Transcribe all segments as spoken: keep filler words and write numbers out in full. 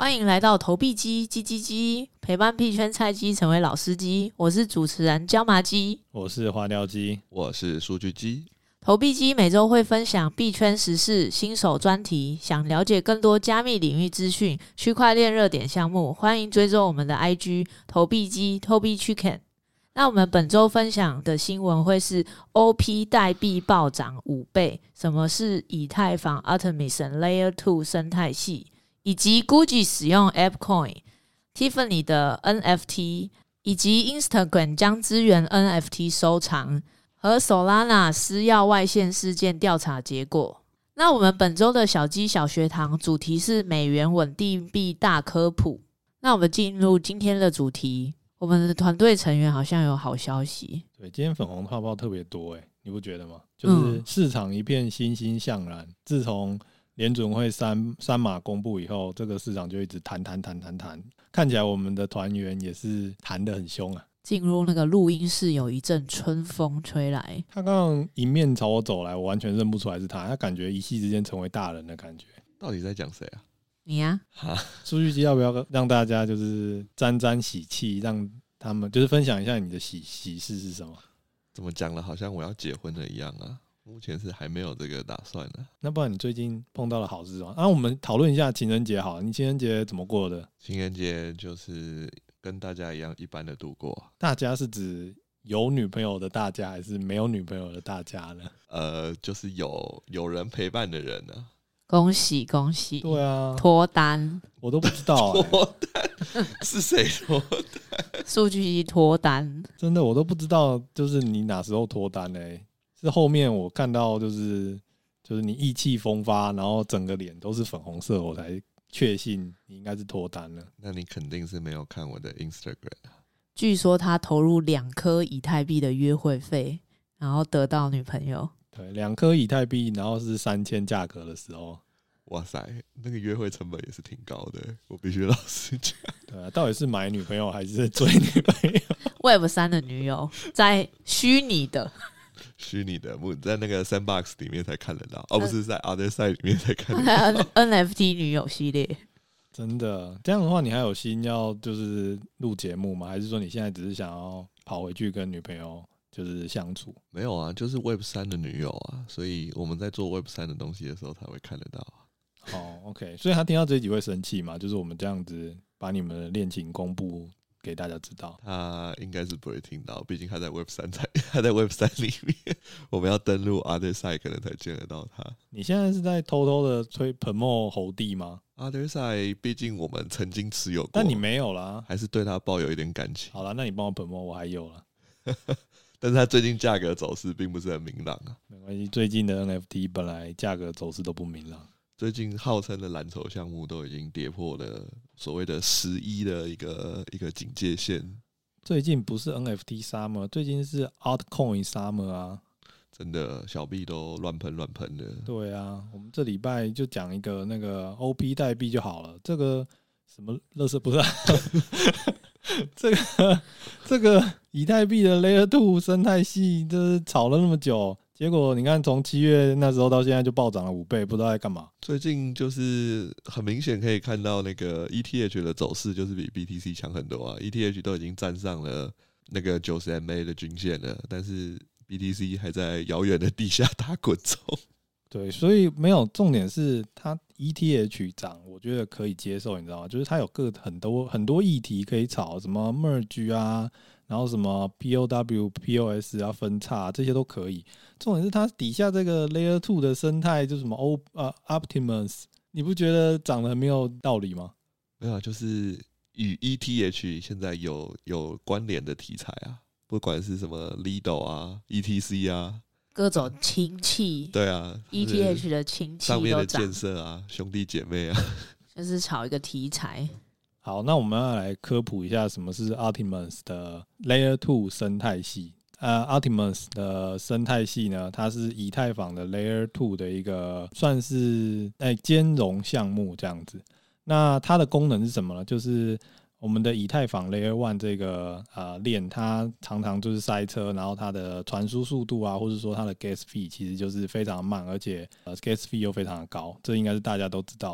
欢迎来到投币机叽叽叽，陪伴币圈菜鸡成为老司机。我是主持人椒麻鸡， 我是花雕鸡， 我是数据鸡。 投币机每周会分享币圈时事、新手专题，想了解更多加密领域资讯、区块链热点项目，欢迎追踪我们的 I G 投币机 Toby Chicken。那我们本周分享的新闻会是 O P 代币暴涨五倍，什么是以太坊 Artemis Layer 二生态系，以及 Gucci 使用 ApeCoin、Tiffany 的 N F T， 以及 Instagram 将支援 N F T 收藏，和 Solana 私钥外泄事件调查结果。那我们本周的小鸡小学堂主题是美元稳定币大科普。那我们进入今天的主题，我们的团队成员好像有好消息。 对，今天粉红泡泡特别多欸，你不觉得吗？就是市场一片欣欣向然，嗯、自从联准会三三码公布以后，这个市场就一直弹弹弹弹弹，看起来我们的团员也是弹得很凶啊。 进入那个录音室，有一阵春风吹来。 他刚刚迎面朝我走来，我完全认不出来是他，他感觉一夕之间成为大人的感觉。 到底在讲谁啊？ 你啊？ 数据机要不要让大家就是沾沾喜气，让他们就是分享一下你的喜喜事是什么？ 怎么讲了？好像我要结婚了一样啊！目前是还没有这个打算呢、啊。 那不然你最近碰到了好事吗？啊，我们讨论一下情人节好了，你情人节怎么过的？ 情人节就是跟大家一样一般的度过。 大家是指有女朋友的大家，还是没有女朋友的大家呢？ 呃，就是有有人陪伴的人呢、啊。 恭喜恭喜！ 对啊， 脱单我都不知道、欸、 脱单是谁脱单？ 数据机脱单， 真的我都不知道，就是你哪时候脱单呢、欸？是后面我看到就是就是你意气风发，然后整个脸都是粉红色，我才确信你应该是脱单了。 那你肯定是没有看我的 Instagram 啊。 据说他投入两颗以太币的约会费，然后得到女朋友。 对，两颗以太币，然后是三千价格的时候， 哇塞，那个约会成本也是挺高的，我必须老实讲。 对啊，到底是买女朋友还是追女朋友 ？Web 三的女友，在虚拟的。 虚拟的，在那个 Sandbox 里面才看得到，而、哦、不是在 Other Side 里面才看得到。 N F T 女友系列， 真的这样的话，你还有心要就是录节目吗？还是说你现在只是想要跑回去跟女朋友就是相处？ 没有啊，就是 Web 三的女友啊，所以我们在做 Web 三的东西的时候才会看得到、啊。 哦 ，OK， 所以他听到这一集会生气嘛？就是我们这样子把你们的恋情公布给大家知道， 他应该是不会听到，毕竟他在 Web 三才他在 Web 三里面，我们要登录 Other Side 可能才见得到他。 你现在是在偷偷的吹彭莫猴弟吗 ？Other Side 毕竟我们曾经持有过， 但你没有啦， 还是对他抱有一点感情。 好了，那你帮我彭莫，我还有了。 但是他最近价格走势并不是很明朗啊。 没关系，最近的 N F T 本来价格走势都不明朗。 最近号称的蓝筹项目都已经跌破了所谓的十一的一个一个警戒线。 最近不是 N F T Summer， 最近是 Altcoin Summer 啊！ 真的，小币都乱喷乱喷的。 对啊，我们这礼拜就讲一个那个 O P 代币就好了。这个什么垃圾不是、啊？这个这个以太币的 Layer 二生态系，就是炒了那么久。结果你看，从七月那时候到现在就暴涨了五倍，不知道在干嘛。 最近就是很明显可以看到那个 E T H 的走势就是比 B T C 强很多啊 ，E T H 都已经站上了那个九十 M A 的均线了，但是 B T C 还在遥远的地下打滚中。 对，所以没有重点是它 E T H 涨，我觉得可以接受，你知道吗？就是它有各很多很多议题可以炒，什么 merge 啊。然后什么 P O W、P O S 啊分叉、啊、这些都可以，重点是它底下这个 Layer 二的生态，就什么 O 呃 Optimus， 你不觉得涨得很没有道理吗？ 没有，就是与 E T H 现在有有关联的题材啊，不管是什么 Lido 啊、E T C 啊， 各种亲戚， 对啊 ，E T H 的亲戚上面的都涨建设啊，兄弟姐妹啊， 就是炒一个题材。 好，那我们要来科普一下什么是 Optimus 的 Layer 二生态系。呃 ，Optimus 的生态系呢，它是以太坊的 Layer 二的一个算是哎兼容项目这样子。那它的功能是什么呢？就是我们的以太坊 Layer 一这个呃链，它常常就是塞车，然后它的传输速度啊，或者说它的 gas fee 其实就是非常慢，而且呃 gas fee 又非常的高，这应该是大家都知道。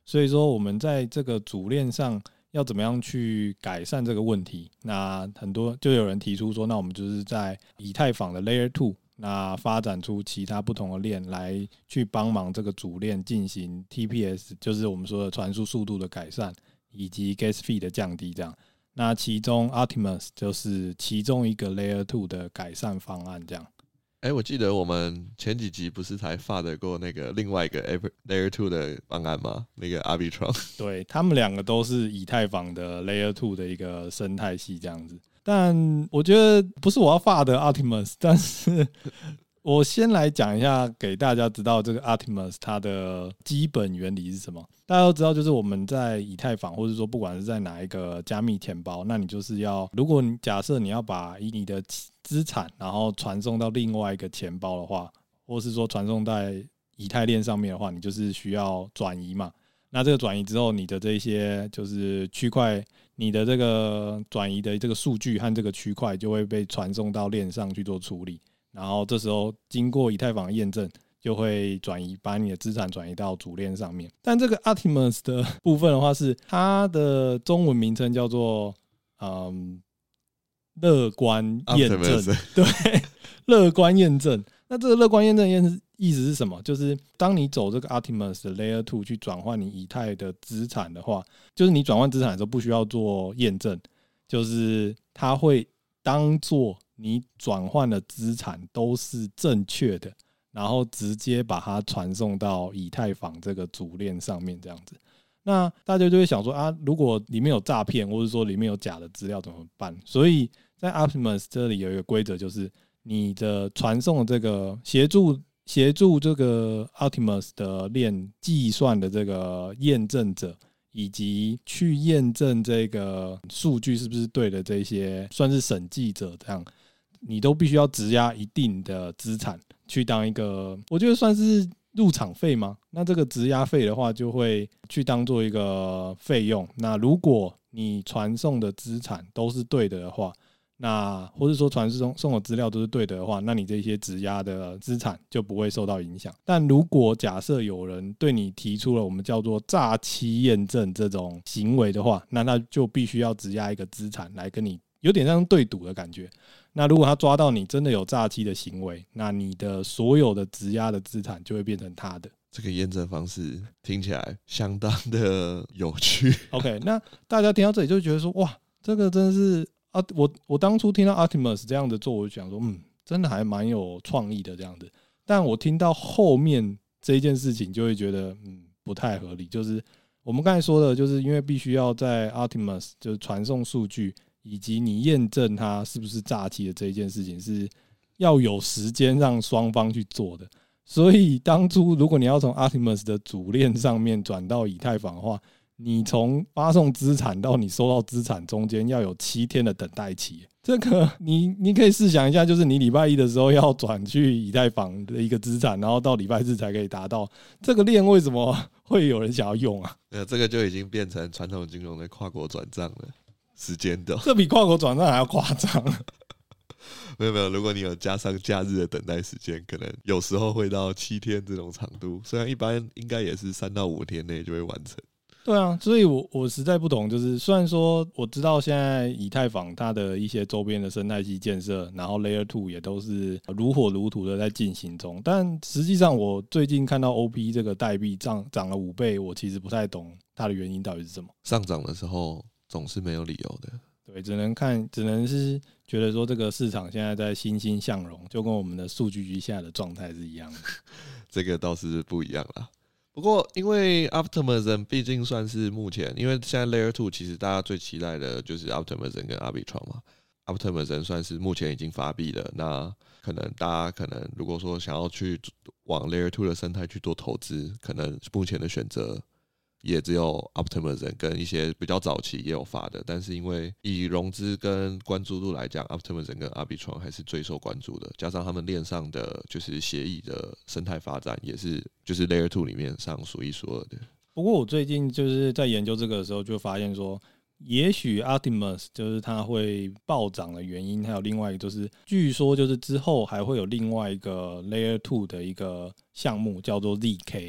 所以说我们在这个主链上要怎么样去改善这个问题？那很多就有人提出说，那我们就是在以太坊的 Layer 二，那发展出其他不同的链来去帮忙这个主链进行 T P S， 就是我们说的传输速度的改善，以及 Gas fee 的降低这样。那其中 Optimus 就是其中一个 Layer 二的改善方案这样。 哎、欸，我记得我们前几集不是才发的过那个另外一个 Layer 二的方案吗？那个 Arbitrum， 对，他们两个都是以太坊的 Layer 二的一个生态系这样子。但我觉得不是我要发的 Optimus， 但是我先来讲一下，给大家知道这个 Optimus 它的基本原理是什么。大家都知道，就是我们在以太坊，或者说不管是在哪一个加密钱包，那你就是要，如果你假设你要把你的资产然后传送到另外一个钱包的话，或是说传送在以太链上面的话，你就是需要转移嘛。那这个转移之后，你的这些就是区块，你的这个转移的这个数据和这个区块就会被传送到链上去做处理。然后这时候经过以太坊的验证，就会转移，把你的资产转移到主链上面。但这个 Optimus 的部分的话，是它的中文名称叫做嗯乐观验证，对，乐观验证。那这个乐观验证的意思是什么？就是当你走这个 Optimus 的 Layer 二去转换你以太的资产的话，就是你转换资产的时候不需要做验证，就是它会当做你转换的资产都是正确的，然后直接把它传送到以太坊这个主链上面这样子。那大家就会想说啊，如果里面有诈骗，或者说里面有假的资料怎么办？所以在 Optimus 这里有一个规则，就是你的传送的这个协助协助这个 Optimus 的链计算的这个验证者，以及去验证这个数据是不是对的这些算是审计者，这样你都必须要质押一定的资产去当一个，我觉得算是入场费吗？那这个质押费的话，就会去当做一个费用。那如果你传送的资产都是对的的话，那或者说传送送的资料都是对的话，那你这些质押的资产就不会受到影响。但如果假设有人对你提出了我们叫做诈欺验证这种行为的话，那他就必须要质押一个资产来跟你有点像对赌的感觉。那如果他抓到你真的有诈欺的行为，那你的所有的质押的资产就会变成他的。 这个验证方式听起来相当的有趣。 OK， 那大家听到这里就觉得说，哇，这个真的是啊，我我当初听到 Optimus 这样的做，我就想说，嗯，真的还蛮有创意的这样子。但我听到后面这一件事情，就会觉得嗯不太合理。就是我们刚才说的，就是因为必须要在 Optimus 就是传送数据，以及你验证它是不是诈欺的这一件事情，是要有时间让双方去做的。所以当初如果你要从 Optimus 的主链上面转到以太坊的话，你从发送资产到你收到资产中间要有七天的等待期。这个你你可以试想一下，就是你礼拜一的时候要转去以太坊的一个资产，然后到礼拜四才可以达到。这个链为什么会有人想要用啊？ 呃，这个就已经变成传统金融的跨国转账了，时间的。 这比跨国转账还要夸张。 没有没有，如果你有加上假日的等待时间，可能有时候会到七天这种长度，虽然一般应该也是三到五天内就会完成。 对啊，所以我我实在不懂，就是虽然说我知道现在以太坊它的一些周边的生态系建设，然后 Layer 二也都是如火如荼的在进行中，但实际上我最近看到 O P 这个代币涨涨了五倍，我其实不太懂它的原因到底是什么。 上涨的时候总是没有理由的。 对，只能看，只能是觉得说这个市场现在在欣欣向荣，就跟我们的数据局现在的状态是一样的。 这个倒是不一样啦。不过，因为 Optimism 毕竟算是目前，因为现在 Layer 二其实大家最期待的就是 Optimism 跟 Arbitrum 嘛。Optimism 算是目前已经发币了，那可能大家可能如果说想要去往 Layer 二的生态去做投资，可能目前的选择也只有 Optimism 跟一些比较早期也有发的，但是因为以融资跟关注度来讲 ，Optimism 跟 Arbitrum 还是最受关注的，加上他们链上的就是协议的生态发展，也是就是 Layer 二里面上数一数二的。 不过我最近就是在研究这个的时候，就发现说，也许 Optimus 就是它会暴涨的原因，还有另外一个就是，据说就是之后还会有另外一个 Layer 二的一个项目叫做 Z K。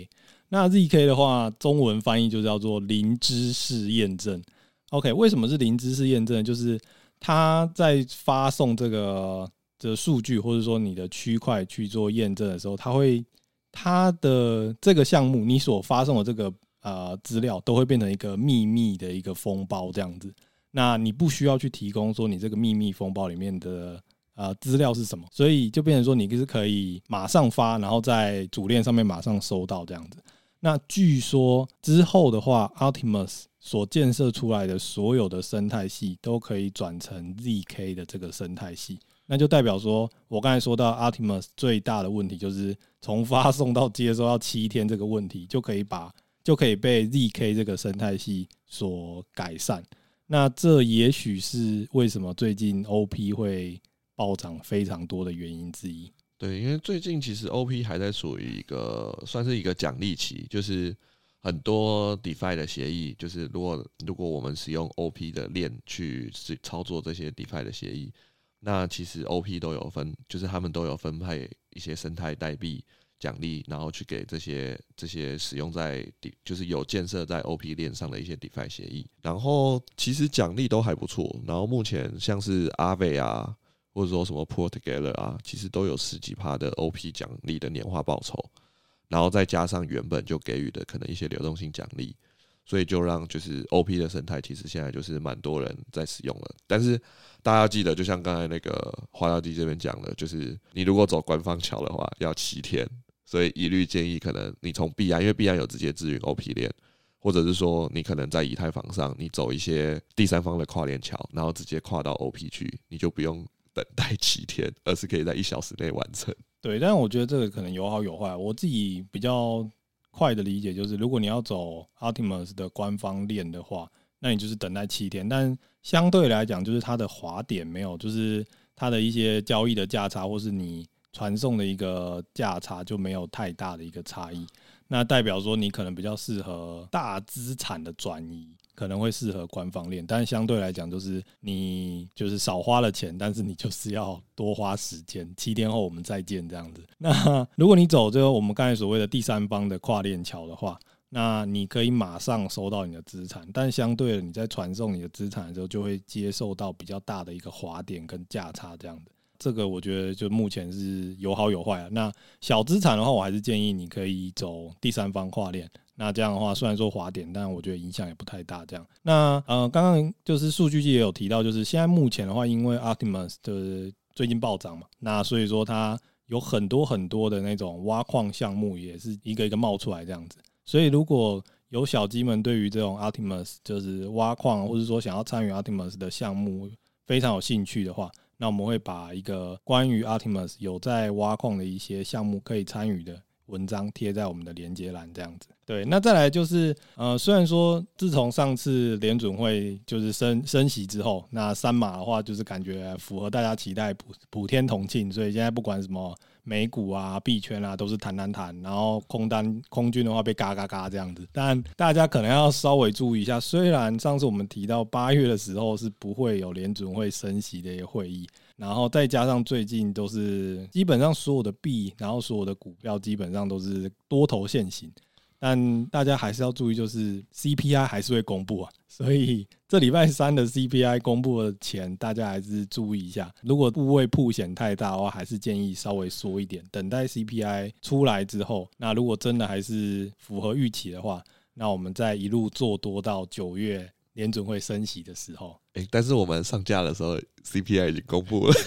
那 Z K 的话，中文翻译就叫做零知识验证。OK， 为什么是零知识验证？就是它在发送这个的数据，或者说你的区块去做验证的时候，它会它的这个项目，你所发送的这个呃资料，都会变成一个秘密的一个封包这样子。那你不需要去提供说你这个秘密封包里面的呃资料是什么，所以就变成说你是可以马上发，然后在主链上面马上收到这样子。那据说之后的话 Optimus 所建设出来的所有的生态系都可以转成 Z K 的这个生态系，那就代表说我刚才说到 Optimus 最大的问题就是从发送到接收要七天这个问题就可以把就可以被 Z K 这个生态系所改善。那这也许是为什么最近 O P 会暴涨非常多的原因之一。 对，因为最近其实 O P 还在属于一个算是一个奖励期，就是很多 DeFi 的协议，就是如果如果我们使用 O P 的链去操作这些 DeFi 的协议，那其实 O P 都有分，就是他们都有分配一些生态代币奖励，然后去给这些这些使用在就是有建设在 O P 链上的一些 DeFi 协议，然后其实奖励都还不错。然后目前像是 Aave 啊，或者说什么 Pull Together 啊，其实都有十几%的 O P 奖励的年化报酬，然后再加上原本就给予的可能一些流动性奖励，所以就让就是 O P 的生态其实现在就是蛮多人在使用了。但是大家要记得，就像刚才那个花椒鸡这边讲的，就是你如果走官方桥的话要七天，所以一律建议可能你从币安，因为币安有直接支援 O P 链，或者是说你可能在以太坊上你走一些第三方的跨链桥，然后直接跨到 O P 去，你就不用等待七天，而是可以在一小时内完成。 对，但我觉得这个可能有好有坏。我自己比较快的理解就是，如果你要走 Optimus 的官方链的话，那你就是等待七天。但相对来讲，就是它的滑点没有，就是它的一些交易的价差，或是你传送的一个价差就没有太大的一个差异。那代表说你可能比较适合大资产的转移，可能会适合官方链，但相对来讲就是你就是少花了钱，但是你就是要多花时间，七天后我们再见这样子。那如果你走这个我们刚才所谓的第三方的跨链桥的话，那你可以马上收到你的资产，但相对的你在传送你的资产的时候就会接受到比较大的一个滑点跟价差这样的。这个我觉得就目前是有好有坏啊。那小资产的话，我还是建议你可以走第三方跨链。那这样的话，虽然说滑点，但我觉得影响也不太大。这样，那呃，刚刚就是数据季也有提到，就是现在目前的话，因为 Optimus 的最近暴涨嘛，那所以说它有很多很多的那种挖矿项目，也是一个一个冒出来这样子。所以如果有小鸡们对于这种 Optimus 就是挖矿，或者说想要参与 Optimus 的项目非常有兴趣的话，那我们会把一个关于 Optimus 有在挖矿的一些项目可以参与的文章贴在我们的连结栏这样子。对，那再来就是呃，虽然说自从上次联准会就是升升息之后，那三码的话就是感觉符合大家期待，普普天同庆，所以现在不管什么美股啊、币圈啊，都是弹弹弹，然后空单空军的话被嘎嘎嘎这样子。但大家可能要稍微注意一下，虽然上次我们提到八月的时候是不会有联准会升息的一个会议，然后再加上最近都是基本上所有的币，然后所有的股票基本上都是多头现行。但大家还是要注意，就是 C P I 还是会公布啊，所以这礼拜三的 C P I 公布的前，大家还是注意一下。如果部位曝险太大的话，还是建议稍微缩一点，等待 C P I 出来之后，那如果真的还是符合预期的话，那我们再一路做多到九月联准会升息的时候。 欸、但是我们上架的时候 C P I 已经公布了。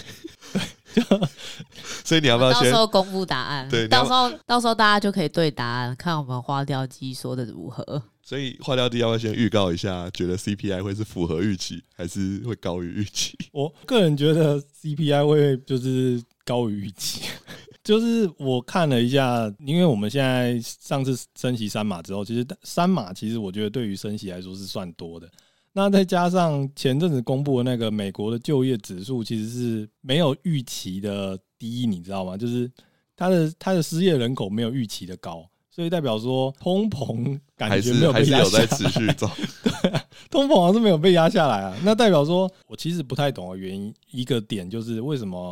所以你要不要先到时候公布答案？ 对， 到时候到时候大家就可以对答案，看我们花雕鸡说的如何。 所以花雕鸡要不要先预告一下，觉得 C P I 会是符合预期，还是会高于预期？ 我个人觉得 C P I 会就是高于预期。就是我看了一下，因为我们现在上次升息三码之后，其实三码其实我觉得对于升息来说是算多的。那再加上前阵子公布的那个美国的就业指数，其实是没有预期的低，你知道吗？就是它的它的失业人口没有预期的高，所以代表说通膨感觉没有被压下来， 还是有在持续中。 对啊，通膨好像是没有被压下来啊。那代表说我其实不太懂的原因，一个点就是为什么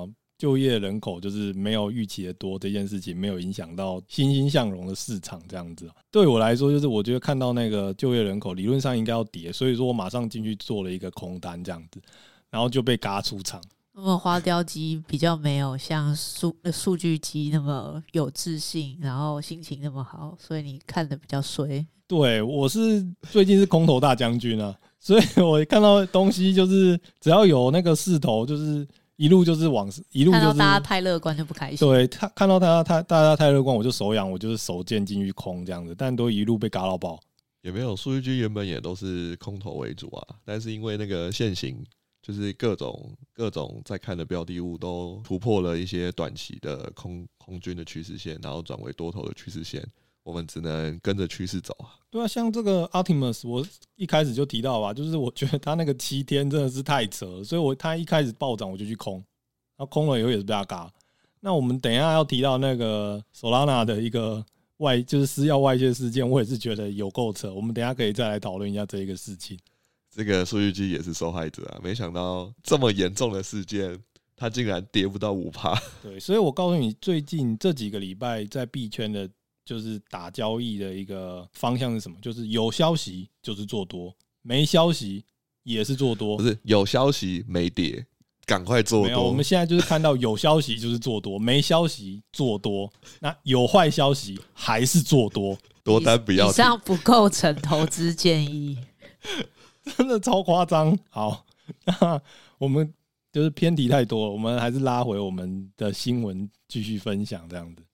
就业人口就是没有预期的多这件事情，没有影响到欣欣向荣的市场这样子。对我来说，就是我觉得看到那个就业人口理论上应该要跌，所以说我马上进去做了一个空单这样子，然后就被嘎出场。 那么花雕机比较没有像数数据机那么有自信，然后心情那么好，所以你看的比较衰。 对，我是最近是空头大将军啊，所以我看到东西就是只要有那个势头，就是一路就是往一路就是看到大家太乐观就不开心。 对，他看到他他大家太乐观，我就手痒，我就是手贱进去空这样子，但都一路被嘎到爆。 也没有，数据机原本也都是空头为主啊，但是因为那个现行。就是各种各种在看的标的物都突破了一些短期的空空军的趋势线，然后转为多头的趋势线，我们只能跟着趋势走啊。 对啊，像这个 Optimus， 我一开始就提到吧，就是我觉得他那个七天真的是太扯了，所以我他一开始暴涨我就去空，然后空了以后也是被他嘎。那我们等一下要提到那个 Solana 的一个外就是私钥外泄事件，我也是觉得有够扯，我们等一下可以再来讨论一下这一个事情。 这个数据机也是受害者啊！没想到这么严重的事件，它竟然跌不到 百分之五。 对，所以我告诉你，最近这几个礼拜在币圈的，就是打交易的一个方向是什么？就是有消息就是做多，没消息也是做多。 不是有消息没跌，赶快做多。 没有，我们现在就是看到有消息就是做多，没消息做多。那有坏消息还是做多， 多单不要停。 以上不构成投资建议。 真的超夸张。好，那我们就是偏题太多了，我们还是拉回我们的新闻继续分享这样子。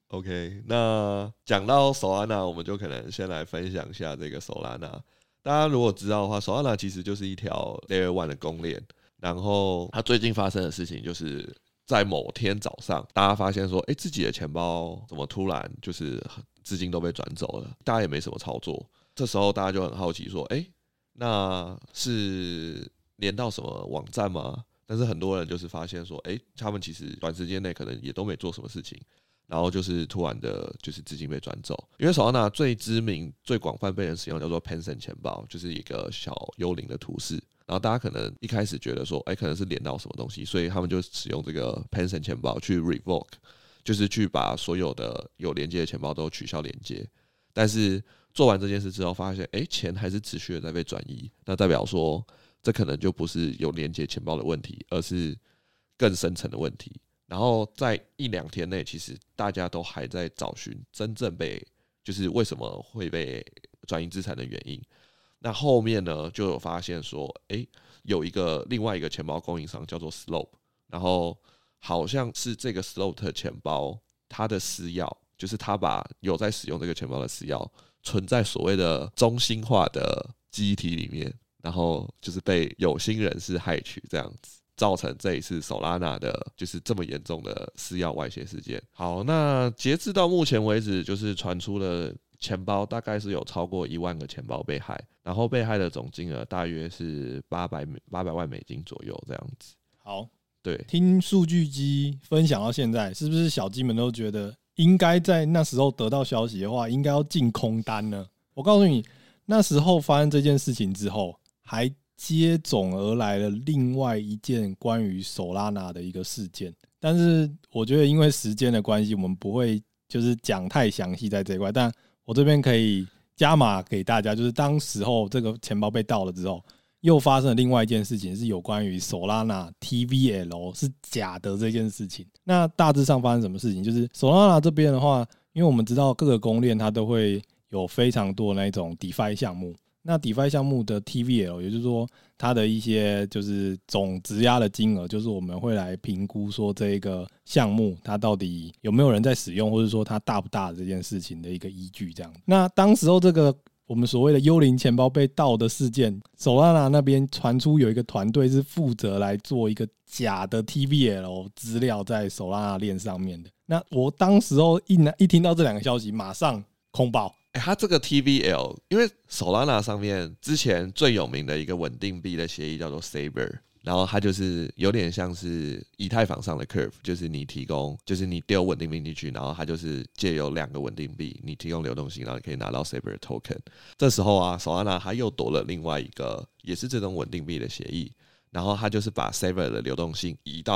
OK， 那讲到 Solana， 我们就可能先来分享一下这个 Solana。大家如果知道的话 ，Solana 其实就是一条 Layer One 的公链。然后它最近发生的事情，就是在某天早上，大家发现说，哎，自己的钱包怎么突然就是资金都被转走了，大家也没什么操作。这时候大家就很好奇说，哎。那是连到什么网站吗？但是很多人就是发现说，哎、欸，他们其实短时间内可能也都没做什么事情，然后就是突然的，就是资金被转走。因为 Solana 最知名、最广泛被人使用叫做 Penson 钱包，就是一个小幽灵的图示。然后大家可能一开始觉得说，哎、欸，可能是连到什么东西，所以他们就使用这个 Penson 钱包去 revoke， 就是去把所有的有连接的钱包都取消连接。但是做完这件事之后，发现哎，钱还是持续的在被转移，那代表说这可能就不是有连接钱包的问题，而是更深层的问题。然后在一两天内，其实大家都还在找寻真正被就是为什么会被转移资产的原因。那后面呢，就有发现说，哎，有一个另外一个钱包供应商叫做 Slope， 然后好像是这个 Slope 的钱包，它的私钥。就是他把有在使用这个钱包的私钥存在所谓的中心化的记忆体里面，然后就是被有心人士害取，这样子造成这一次 Solana 的就是这么严重的私钥外泄事件。好，那截至到目前为止，就是传出了钱包大概是有超过一万个钱包被害，然后被害的总金额大约是八百八百万美金左右这样子。 好， 对， 听数据机分享到现在，是不是小鸡们都觉得？应该在那时候得到消息的话，应该要进空单呢。我告诉你，那时候发生这件事情之后，还接踵而来了另外一件关于 Solana 的一个事件。但是我觉得因为时间的关系，我们不会就是讲太详细在这一块。但我这边可以加码给大家，就是当时候这个钱包被盗了之后，又发生了另外一件事情，是有关于 Solana T V L 是假的这件事情。那大致上发生什么事情？就是 Solana 这边的话，因为我们知道各个公链它都会有非常多的那种 DeFi 项目。那 DeFi 项目的 T V L， 也就是说它的一些就是总质押的金额，就是我们会来评估说这一个项目它到底有没有人在使用，或者说它大不大的这件事情的一个依据。这样，那当时候这个。我们所谓的幽灵钱包被盗的事件 ，Solana 那边传出有一个团队是负责来做一个假的 T V L 资料在 Solana 链上面的。那我当时候一一听到这两个消息，马上空爆。 欸、它这个 T V L， 因为 Solana 上面之前最有名的一个稳定币的协议叫做 Saber。然后它就是有点像是以太坊上的 Curve， 就是你提供，就是你丢稳定币进去，然后它就是借由两个稳定币，你提供流动性，然后你可以拿到 Saber token。这时候啊 ，Solana 它又夺了另外一个也是这种稳定币的协议，然后它就是把 Saber 的流动性移到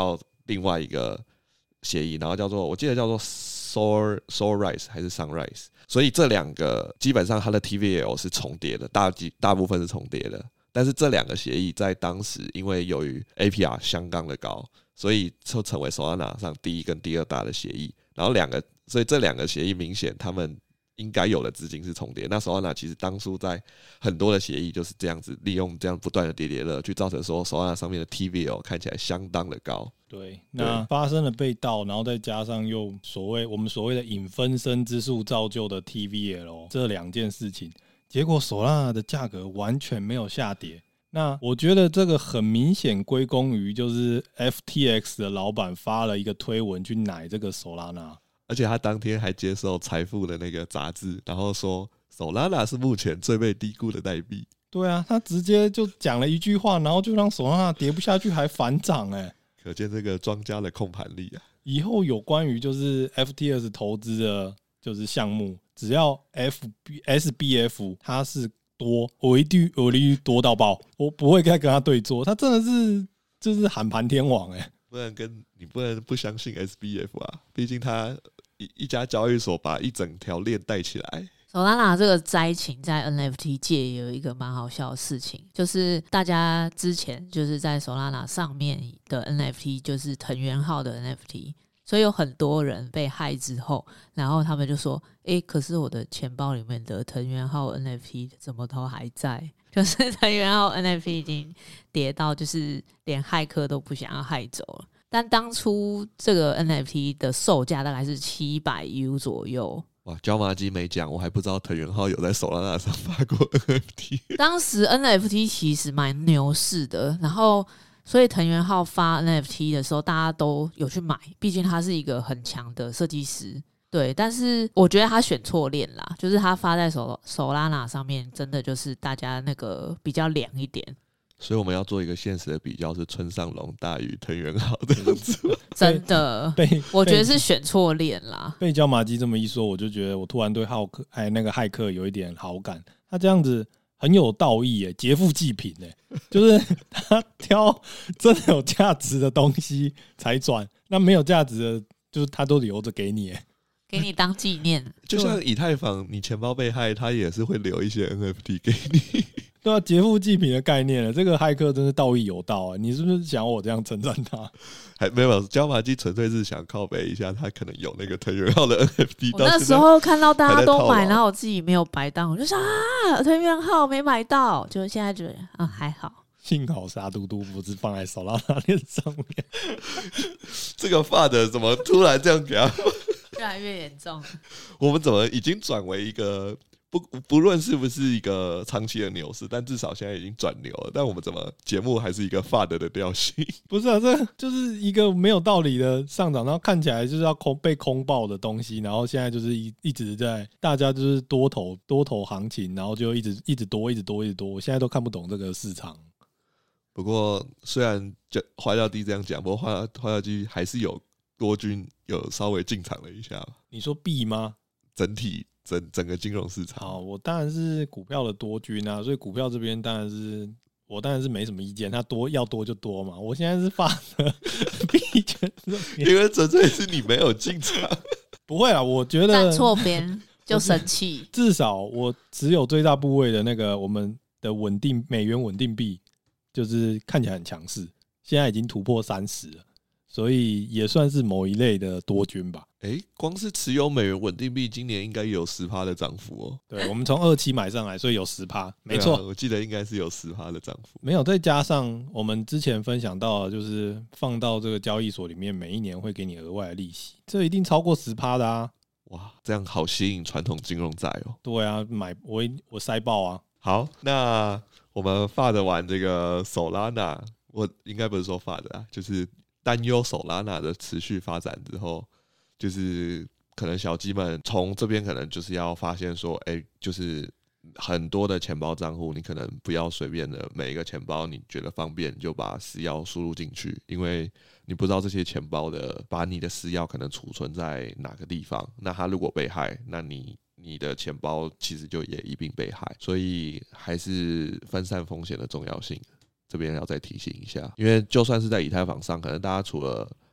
另外一个协议，然后叫做我记得叫做 Sol Solrise 还是 Sunrise， 所以这两个基本上它的 T V L 是重叠的，大大部分是重叠的。但是这两个协议在当时因为由于 A P R 相当的高，所以就成为 Solana 上第一跟第二大的协议。然后两个，所以这两个协议明显他们应该有的资金是重叠。那 Solana 其实当初在很多的协议就是这样子，利用这样不断的叠叠乐，去造成说 Solana 上面的 T V L 看起来相当的高。 对，那发生了被盗，然后再加上又所谓我们所谓的引分身之术造就的 T V L 这两件事情，结果 Solana 的价格完全没有下跌。那我觉得这个很明显归功于就是 F T X 的老板发了一个推文去奶这个 Solana， 而且他当天还接受财富的那个杂志，然后说 Solana 是目前最被低估的代币。 对啊，他直接就讲了一句话，然后就让 Solana 跌不下去还反涨哎、欸， 可见这个庄家的控盘力啊！ 以后有关于就是 F T X 投资的就是项目，只要 F B S B F 它是多，我一定我利率多到爆，我不会再跟他对坐，他真的是就是喊盘天王哎、欸， 不能跟你不能不相信 S B F 啊，毕竟他一一家交易所把一整条链带起来。 Solana 这个灾情在 N F T 界也有一个蛮好笑的事情，就是大家之前就是在 Solana 上面的 N F T 就是藤原浩的 N F T， 所以有很多人被害之后，然后他们就说诶，可是我的钱包里面的藤原浩 N F T 怎么都还在，就是藤原浩 N F T 已经跌到就是连骇客都不想要害走了。但当初这个 N F T 的售价大概是七百 U 左右。 哇，椒麻鸡没讲，我还不知道藤原浩有在Solana上发过 N F T。 当时 N F T 其实蛮牛市的，然后所以藤原浩发 N F T 的时候，大家都有去买，毕竟他是一个很强的设计师。对，但是我觉得他选错链啦，就是他发在 Solana 上面，真的就是大家那个比较凉一点。 所以我们要做一个现实的比较，是村上隆大于藤原浩这样子。 真的， 被我觉得是选错链啦。 被椒麻鸡这么一说，我就觉得我突然对浩克哎那个骇客有一点好感。他这样子很有道义耶，劫富济贫耶，就是他挑真的有价值的东西才转，那没有价值的，就是他都留着给你耶， 给你当纪念。 就像以太坊，你钱包被害，他也是会留一些 N F T 给你。 对啊，劫富济贫的概念了，这个骇客真是道义有道啊！你是不是想我这样称赞他？ 还没有，椒麻鸡纯粹是想靠北一下，他可能有那个藤原浩的 N F T。 我那时候看到大家都买，然后我自己没有白当，我就说啊，藤原浩没买到，就现在觉得啊还好。 幸好沙嘟嘟不是放在Solana链上面。 这个发的怎么突然这样给他？ 越来越严重。 我们怎么已经转为一个？不不论是不是一个长期的牛市，但至少现在已经转牛了。但我们怎么节目还是一个发的的调性？ 不是啊，这就是一个没有道理的上涨，然后看起来就是要空被空爆的东西，然后现在就是一一直在大家就是多头多头行情，然后就一直一直多一直多一直多，我现在都看不懂这个市场。 不过虽然花椒弟这样讲，不过花花椒弟还是有多军有稍微进场了一下。 你说币吗？ 整体。整整个金融市场， 好，我当然是股票的多军啊，所以股票这边当然是我当然是没什么意见，它多要多就多嘛。我现在是发的币圈这边， 因为纯粹是你没有进场， 不会啦，我觉得站错边就生气。 至少我持有最大部位的那个我们的稳定美元稳定币，就是看起来很强势，现在已经突破三十了。所以也算是某一类的多军吧。 哎，光是持有美元稳定币，今年应该有 百分之十 的涨幅哦。 对，我们从二期买上来，所以有 百分之十， 没错、 啊。我记得应该是有 百分之十 的涨幅。 没有，再加上我们之前分享到的，就是放到这个交易所里面，每一年会给你额外的利息，这一定超过 百分之十 的啊！ 哇，这样好吸引传统金融仔哦。 对啊，买我我塞爆啊！ 好，那我们发的完这个 Solana， 我应该不是说发的啊，就是担忧 Solana 的持续发展之后，就是可能小鸡们从这边可能就是要发现说，哎、欸，就是很多的钱包账户，你可能不要随便的每一个钱包你觉得方便就把私钥输入进去，因为你不知道这些钱包的把你的私钥可能储存在哪个地方，那它如果被害，那你你的钱包其实就也一并被害，所以还是分散风险的重要性。这边要再提醒一下，因为就算是在以太坊上，可能大家除了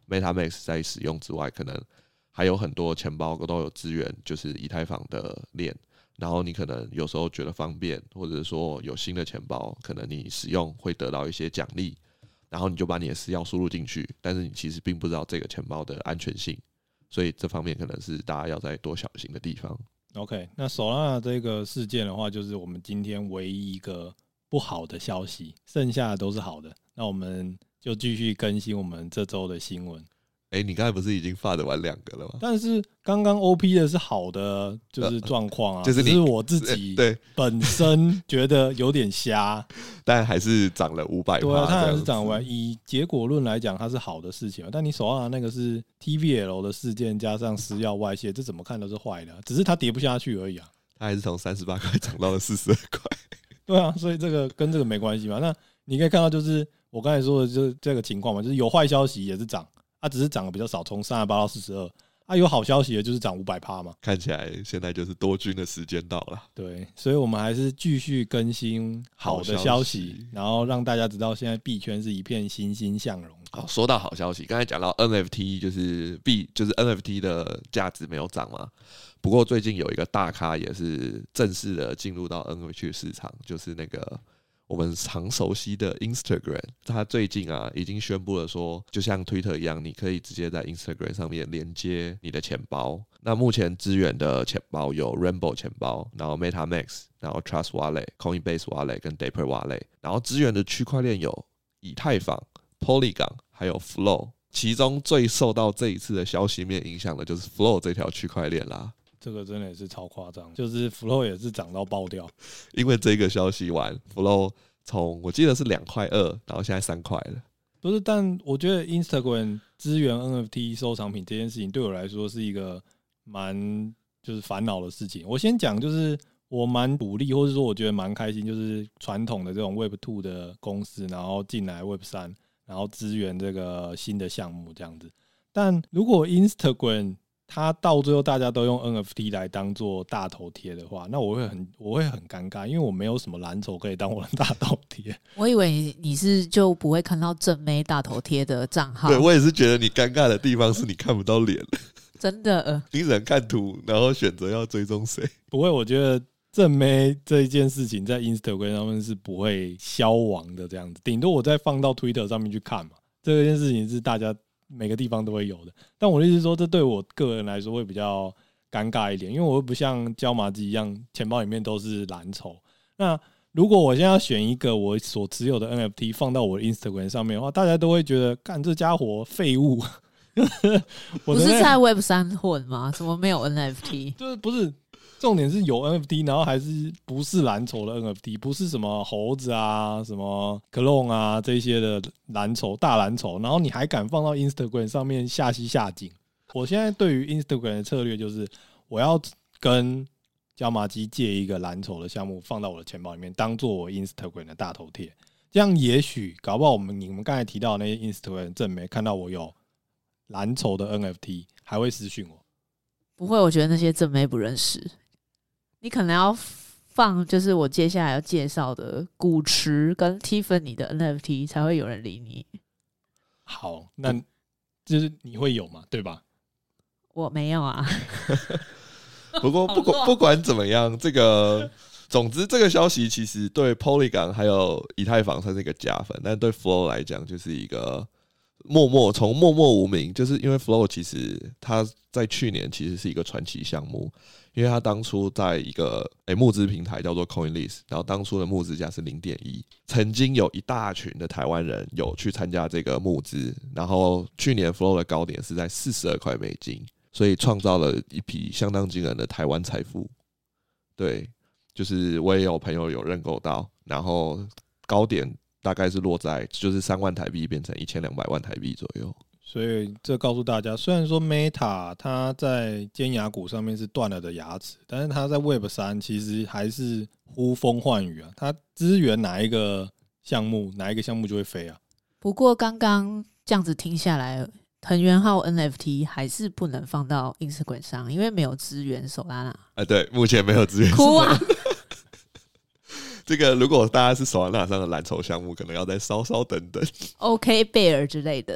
MetaMask 在使用之外，可能还有很多钱包都有支援，就是以太坊的链。然后你可能有时候觉得方便，或者说有新的钱包，可能你使用会得到一些奖励，然后你就把你的私钥输入进去，但是你其实并不知道这个钱包的安全性，所以这方面可能是大家要再多小心的地方。 OK， 那Solana这个事件的话，就是我们今天唯一一个不好的消息，剩下的都是好的。那我们就继续更新我们这周的新闻。 哎、欸，你刚才不是已经发得完两个了吗？ 但是刚刚 O P 的是好的，就是状况啊，呃、 就是你只是我自己对本身觉得有点瞎， 但还是涨了五百趴。 对啊，它还是涨完。以结果论来讲，它是好的事情，但你手上的那个是 T V L 的事件加上私钥外泄，这怎么看都是坏的、啊，只是它跌不下去而已啊。 它还是从三十八块涨到了四十二块。 对啊，所以这个跟这个没关系嘛。那你可以看到，就是我刚才说的，就是这个情况嘛，就是有坏消息也是涨。它、啊、只是涨得比较少，从三十八到四十二。啊，有好消息的就是涨五百趴嘛。 看起来现在就是多军的时间到了。 对，所以我们还是继续更新好的消息，然后让大家知道现在币圈是一片欣欣向荣。 好，说到好消息，刚才讲到 N F T 就是币，就是 N F T 的价值没有涨嘛。不过最近有一个大咖也是正式的进入到 N F T 市场，就是那个。我们常熟悉的 Instagram， 它最近啊已经宣布了说，就像 Twitter 一样，你可以直接在 Instagram 上面连接你的钱包。那目前支援的钱包有 Rainbow 钱包，然后 MetaMask， 然后 Trust Wallet、Coinbase Wallet 跟 Dapper Wallet， 然后支援的区块链有以太坊、Polygon 还有 Flow。其中最受到这一次的消息面影响的就是 Flow 这条区块链啦。 这个真的也是超夸张，就是 Flow 也是涨到爆掉， 因为这个消息完 ，Flow 从我记得是两块二，然后现在三块了。 不是，但我觉得 Instagram 支援 N F T 收藏品这件事情对我来说是一个蛮就是烦恼的事情。我先讲，就是我蛮鼓励，或者说我觉得蛮开心，就是传统的这种 Web 二 的公司，然后进来 Web 三，然后支援这个新的项目这样子。但如果 Instagram它到最后大家都用 N F T 来当做大头贴的话，那我会很我会很尴尬，因为我没有什么蓝筹可以当我的大头贴。 我以为你是就不会看到正妹大头贴的账号。 对，我也是觉得你尴尬的地方是你看不到脸， 真的， 你只能看图，然后选择要追踪谁。 不会，我觉得正妹这一件事情在 Instagram 上面是不会消亡的，这样子，顶多我再放到 Twitter 上面去看嘛。这件事情是大家每个地方都会有的，但我的意思是说，这对我个人来说会比较尴尬一点，因为我又不像椒麻鸡一样，钱包里面都是蓝筹。那如果我现在要选一个我所持有的 N F T 放到我的 Instagram 上面的话，大家都会觉得，干这家伙废物。 不是在 Web 三混吗？怎么没有 N F T？ 就是不是。重点是有 N F T， 然后还是不是蓝筹的 N F T， 不是什么猴子啊、什么 clone 啊这些的蓝筹大蓝筹，然后你还敢放到 Instagram 上面下西下井？我现在对于 Instagram 的策略就是，我要跟椒麻鸡借一个蓝筹的项目放到我的钱包里面，当做我 Instagram 的大头贴。这样也许搞不好我们你们刚才提到的那些 Instagram 正媒看到我有蓝筹的 N F T， 还会私讯我。 不会，我觉得那些正媒不认识。你可能要放，就是我接下来要介绍的古驰跟 Tiffany 的 N F T 才会有人理你。 好，那就是你会有嘛，对吧？ 我没有啊。 不过不管不管怎么样，这个总之这个消息其实对 Polygon 还有以太坊算是一个加分，但对 Flow 来讲就是一个默默从默默无名，就是因为 Flow 其实它在去年其实是一个传奇项目。因为他当初在一个诶、欸、募资平台叫做 CoinList， 然后当初的募资价是 零点一， 曾经有一大群的台湾人有去参加这个募资，然后去年 Flow 的高点是在四十二块美金，所以创造了一笔相当惊人的台湾财富。对，就是我也有朋友有认购到，然后高点大概是落在就是三万台币变成一千两百万台币左右。 所以这告诉大家，虽然说 Meta 它在尖牙股上面是断了的牙齿，但是它在 Web 三其实还是呼风唤雨啊。它支援哪一个项目，哪一个项目就会飞啊。 不过刚刚这样子听下来，藤原浩 N F T 还是不能放到 Instagram 上，因为没有支援Solana。 啊，对，目前没有支援。 哭啊！ 这个如果大家是Solana上的蓝筹项目，可能要再稍稍等等。 OK Bear 之类的。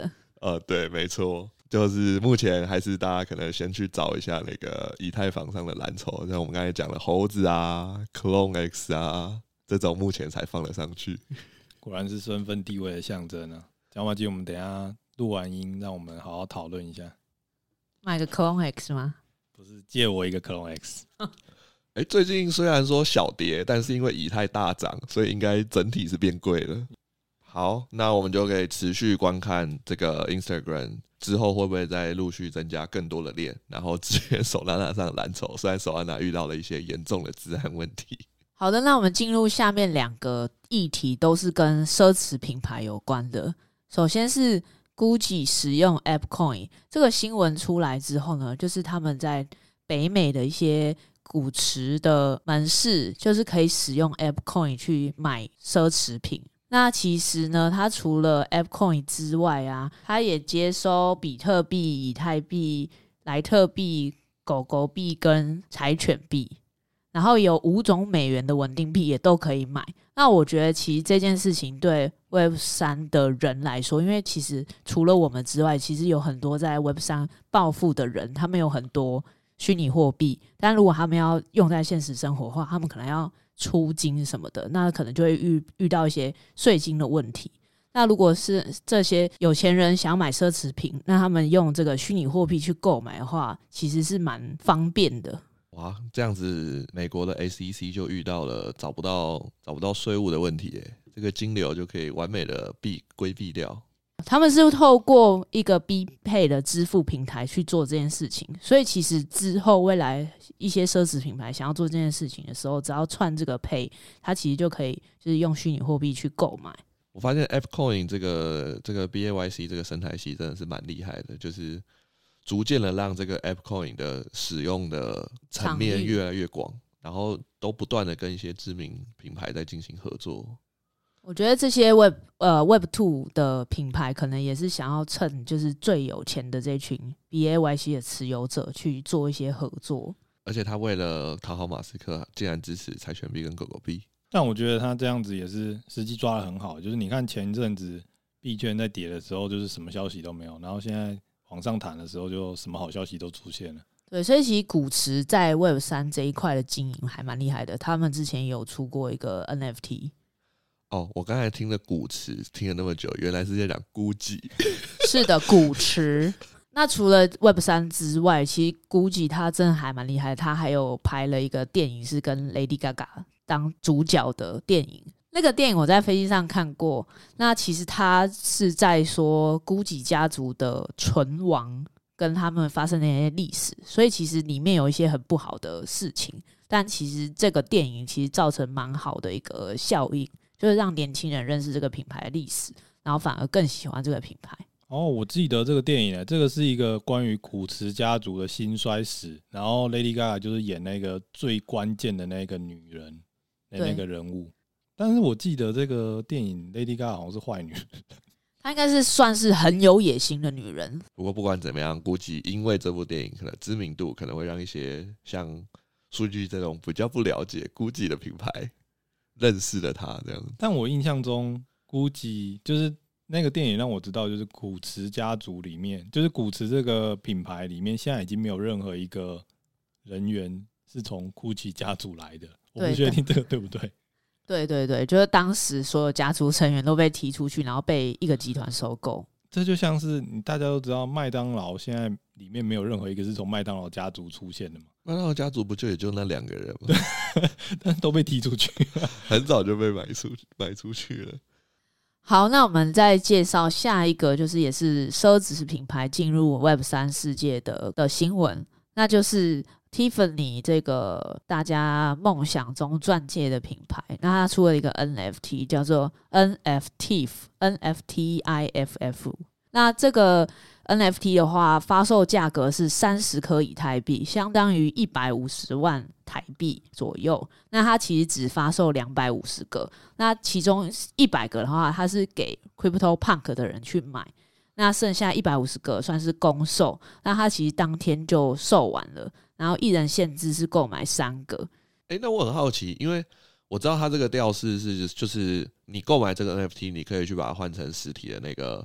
呃，对，没错，就是目前还是大家可能先去找一下那个以太坊上的蓝筹，像我们刚才讲的猴子啊、Clone X 啊这种，目前才放得上去。 果然是身份地位的象征啊！讲话机，我们等一下录完音，让我们好好讨论一下。 买个 Clone X 吗？ 不是，借我一个 Clone X。 哎、欸，最近虽然说小跌，但是因为以太大涨，所以应该整体是变贵了。好，那我们就可以持续观看这个 Instagram 之后会不会再陆续增加更多的链，然后支援手拉拿上的蓝筹。虽然手拉拿遇到了一些严重的治安问题。 好的，那我们进入下面两个议题，都是跟奢侈品牌有关的。首先是 Gucci 使用 ApeCoin 这个新闻出来之后呢，就是他们在北美的一些古驰的门市，就是可以使用 ApeCoin 去买奢侈品。那其实呢，它除了 ApeCoin 之外啊，它也接收比特币、以太币、莱特币、狗狗币跟柴犬币，然后有五种美元的稳定币也都可以买。那我觉得其实这件事情对 Web 三 的人来说，因为其实除了我们之外，其实有很多在 Web 三 暴富的人，他们有很多虚拟货币，但如果他们要用在现实生活的话，他们可能要出金什么的，那可能就会 遇, 遇到一些税金的问题。那如果是这些有钱人想买奢侈品，那他们用这个虚拟货币去购买的话，其实是蛮方便的。 哇，这样子美国的 S E C 就遇到了找不到找不到税务的问题耶，这个金流就可以完美的避规避掉。 他们是透过一个 B Pay 的支付平台去做这件事情，所以其实之后未来一些奢侈品牌想要做这件事情的时候，只要串这个 Pay， 它其实就可以就是用虚拟货币去购买。 我发现 ApeCoin 这个这个 B A Y C 这个生态系真的是蛮厉害的，就是逐渐的让这个 ApeCoin 的使用的层面越来越广，然后都不断的跟一些知名品牌在进行合作。 我觉得这些 Web 呃 Web 二 的品牌可能也是想要趁就是最有钱的这群 B A Y C 的持有者去做一些合作。 而且他为了讨好马斯克，竟然支持柴犬币跟狗狗币。 但我觉得他这样子也是时机抓得很好，就是你看前一阵子币圈在跌的时候，就是什么消息都没有，然后现在往上弹的时候，就什么好消息都出现了。 对，所以其实古驰在 Web 三 这一块的经营还蛮厉害的，他们之前也有出过一个 N F T。 哦，我刚才听了古驰听了那么久，原来是在讲 Gucci。 是的，古驰。那除了 Web 三 之外，其实 Gucci 他真的还蛮厉害的，他还有拍了一个电影是跟 Lady Gaga 当主角的电影。那个电影我在飞机上看过，那其实他是在说 Gucci 家族的存亡跟他们发生的那些历史，所以其实里面有一些很不好的事情，但其实这个电影其实造成蛮好的一个效应，就是让年轻人认识这个品牌的历史，然后反而更喜欢这个品牌。 哦，我记得这个电影呢，这个是一个关于古驰家族的兴衰史，然后 Lady Gaga 就是演那个最关键的那个女人的那个人物。但是我记得这个电影 Lady Gaga 好像是坏女人， 她应该是算是很有野心的女人。 不过不管怎么样，估计因为这部电影可能知名度可能会让一些像数据这种比较不了解 Gucci 的品牌认识了他这样。 但我印象中 Gucci 就是那个电影让我知道，就是古驰家族里面，就是古驰这个品牌里面，现在已经没有任何一个人员是从 Gucci 家族来的。我不确定这个对不对。 对对对，就是当时所有家族成员都被踢出去，然后被一个集团收购。 这就像是大家都知道，麦当劳现在里面没有任何一个是从麦当劳家族出现的嘛。 麦当劳家族不就也就那两个人吗？ 但都被踢出去了， 很早就被买出买出去了。 好，那我们再介绍下一个，就是也是奢侈品牌进入 Web 三 世界 的, 的新闻，那就是 Tiffany 这个大家梦想中钻戒的品牌，那它出了一个 N F T 叫做 N F T N F T I F F。 那这个 N F T 的话，发售价格是三十颗以太币，相当于一百五十万台币左右。那它其实只发售两百五十个，那其中一百个的话，它是给 CryptoPunk 的人去买，那剩下一百五十个算是公售。那它其实当天就售完了，然后一人限制是购买三个。 欸，那我很好奇，因为我知道它这个调式是就是你购买这个 N F T， 你可以去把它换成实体的那个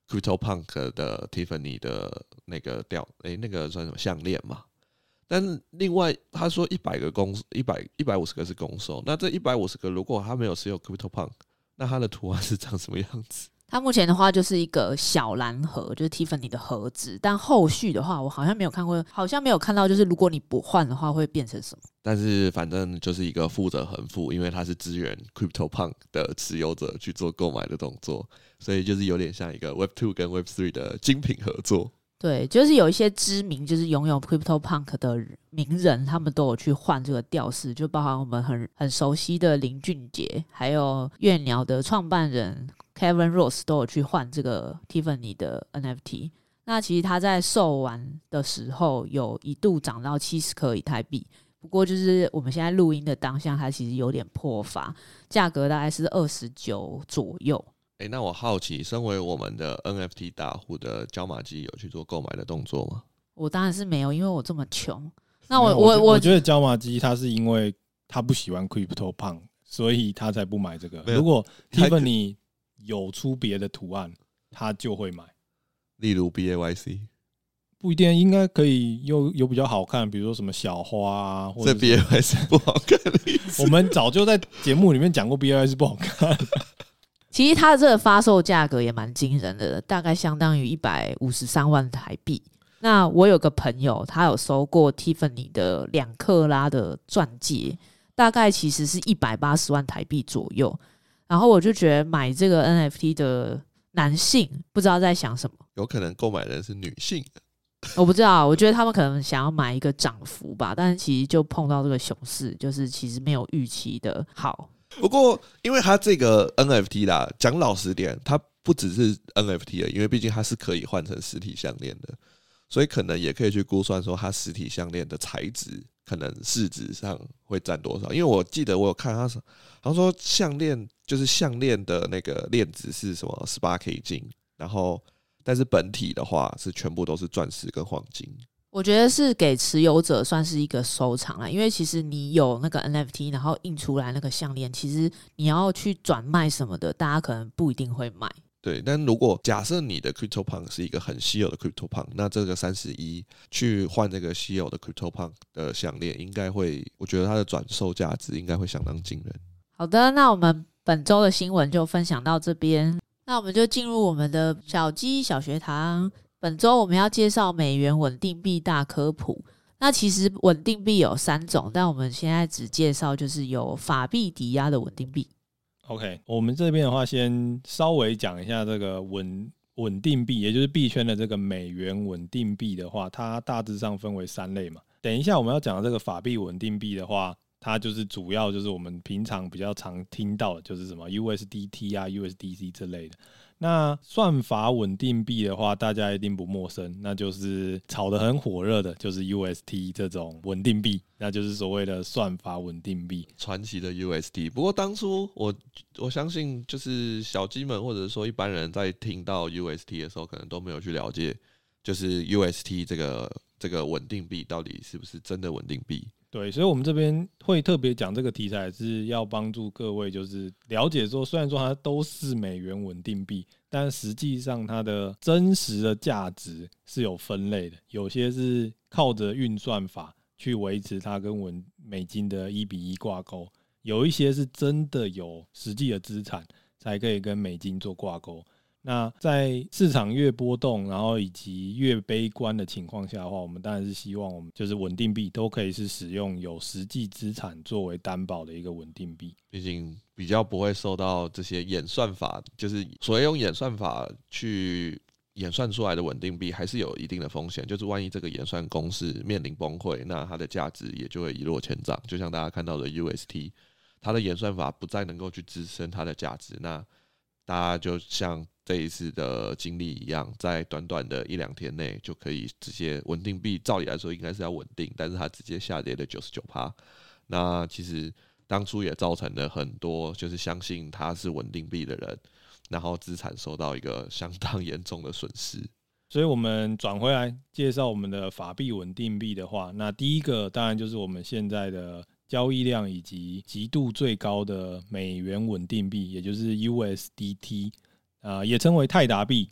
CryptoPunk 的 Tiffany 的那个吊，哎、欸，那个算什么项链嘛？但另外他说一百个公一百一百五十个是公售，那这一百五十个如果他没有持有 CryptoPunk， 那他的图案是长什么样子？ 它目前的话就是一个小蓝盒，就是 Tiffany 的盒子，但后续的话我好像没有看过，好像没有看到就是如果你不换的话会变成什么。 但是反正就是一个富者恒富，因为它是支援 CryptoPunk 的持有者去做购买的动作，所以就是有点像一个 Web 二 跟 Web 三 的精品合作。 对，就是有一些知名就是拥有 CryptoPunk 的名人，他们都有去换这个吊饰，就包含我们很很熟悉的林俊杰，还有月鸟的创办人 Kevin Rose 都有去换这个 Tiffany 的 N F T。那其实他在售完的时候有一度涨到七十颗以太币，不过就是我们现在录音的当下，它其实有点破发，价格大概是二十九左右。 欸，那我好奇，身为我们的 N F T 大户的椒麻鸡有去做购买的动作吗？ 我当然是没有，因为我这么穷。那我我我我觉得椒麻鸡他是因为他不喜欢 CryptoPunk， 所以他才不买这个。如果 Tiffany 有出别的图案，他就会买。 例如 B A Y C， 不一定，应该可以有有比较好看，比如说什么小花啊，或者这 B A Y C 不好看的意思。 我们早就在节目里面讲过 B A Y C 不好看。 其实它的这个发售价格也蛮惊人的，大概相当于一百五十三万台币。那我有个朋友，他有收过 Tiffany 的两克拉的钻戒，大概其实是一百八十万台币左右。然后我就觉得买这个 N F T 的男性不知道在想什么， 有可能购买人是女性的， 我不知道，我觉得他们可能想要买一个涨幅吧，但是其实就碰到这个熊市，就是其实没有预期的好。 不过，因为它这个 N F T 啦，讲老实点，它不只是 N F T 了，因为毕竟它是可以换成实体项链的，所以可能也可以去估算说它实体项链的材质可能市值上会占多少。因为我记得我有看它，好像说项链就是项链的那个链子是什么 十八 K 金，然后但是本体的话是全部都是钻石跟黄金。 我觉得是给持有者算是一个收藏啦，因为其实你有那个 N F T， 然后印出来那个项链，其实你要去转卖什么的，大家可能不一定会买。 对，但如果假设你的 CryptoPunk 是一个很稀有的 CryptoPunk， 那这个三十一去换这个稀有的 CryptoPunk 的项链，应该会，我觉得它的转售价值应该会相当惊人。 好的，那我们本周的新闻就分享到这边，那我们就进入我们的小鸡小学堂。本周我们要介绍美元稳定币大科普。那其实稳定币有三种，但我们现在只介绍就是有法币抵押的稳定币。 OK， 我们这边的话，先稍微讲一下这个稳稳定币，也就是币圈的这个美元稳定币的话，它大致上分为三类嘛。等一下我们要讲的这个法币稳定币的话，它就是主要就是我们平常比较常听到的，就是什么 U S D T 啊、U S D C 之类的。那算法稳定币的话，大家一定不陌生，那就是炒得很火热的，就是 U S T 这种稳定币，那就是所谓的算法稳定币， 传奇的 U S D。不过当初我我相信，就是小鸡们或者说一般人在听到 U S T 的时候，可能都没有去了解，就是 U S T 这个这个稳定币到底是不是真的稳定币。 对，所以我们这边会特别讲这个题材，是要帮助各位就是了解说，虽然说它都是美元稳定币，但实际上它的真实的价值是有分类的，有些是靠着运算法去维持它跟稳美金的一比一挂钩，有一些是真的有实际的资产才可以跟美金做挂钩。那在市场越波动，然后以及越悲观的情况下的话，我们当然是希望我们就是稳定币都可以是使用有实际资产作为担保的一个稳定币， 毕竟比较不会受到这些演算法，就是所谓用演算法去演算出来的稳定币，还是有一定的风险。就是万一这个演算公式面临崩溃，那它的价值也就会一落千丈。就像大家看到的 U S T， 它的演算法不再能够去支撑它的价值，那大家就像这一次的经历一样，在短短的一两天内就可以直接稳定币，照理来说应该是要稳定，但是它直接下跌了 百分之九十九。 那其实当初也造成了很多就是相信它是稳定币的人，然后资产受到一个相当严重的损失。 所以我们转回来介绍我们的法币稳定币的话，那第一个当然就是我们现在的交易量以及极度最高的美元稳定币，也就是 U S D T， 呃，也称为泰达币。